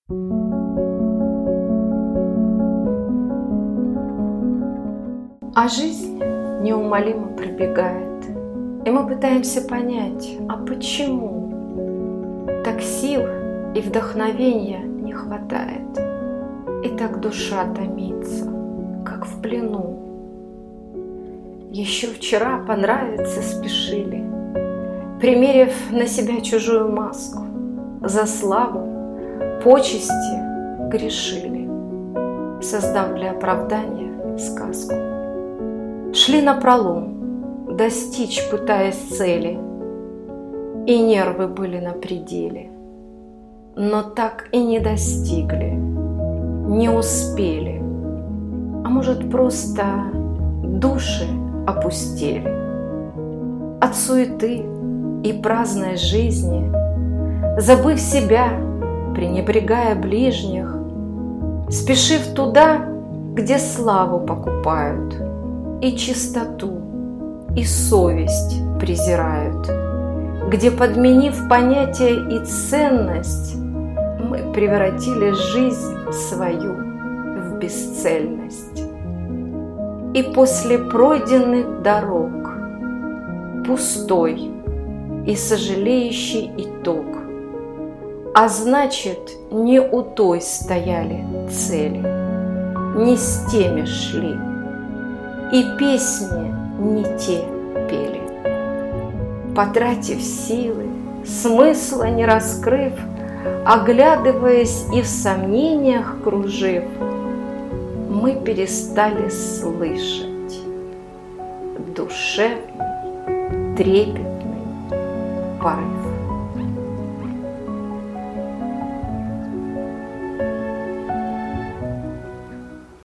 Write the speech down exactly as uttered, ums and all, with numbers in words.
А жизнь неумолимо пробегает, и мы пытаемся понять, а почему так сил и вдохновения не хватает, и так душа томится, как в плену. Еще вчера понравиться спешили, примерив на себя чужую маску, за славу, почести грешили, создав для оправдания сказку. Шли напролом, достичь пытаясь цели, и нервы были на пределе, но так и не достигли, не успели, а может, просто души опустели от суеты и праздной жизни, забыв себя, пренебрегая ближних, спешив туда, где славу покупают, и чистоту, и совесть презирают, где, подменив понятие и ценность, мы превратили жизнь свою в бесцельность. И после пройденных дорог пустой и сожалеющий итог, а значит, не у той стояли цели, не с теми шли, и песни не те пели. Потратив силы, смысла не раскрыв, оглядываясь и в сомнениях кружив, мы перестали слышать душевный, трепетный порыв.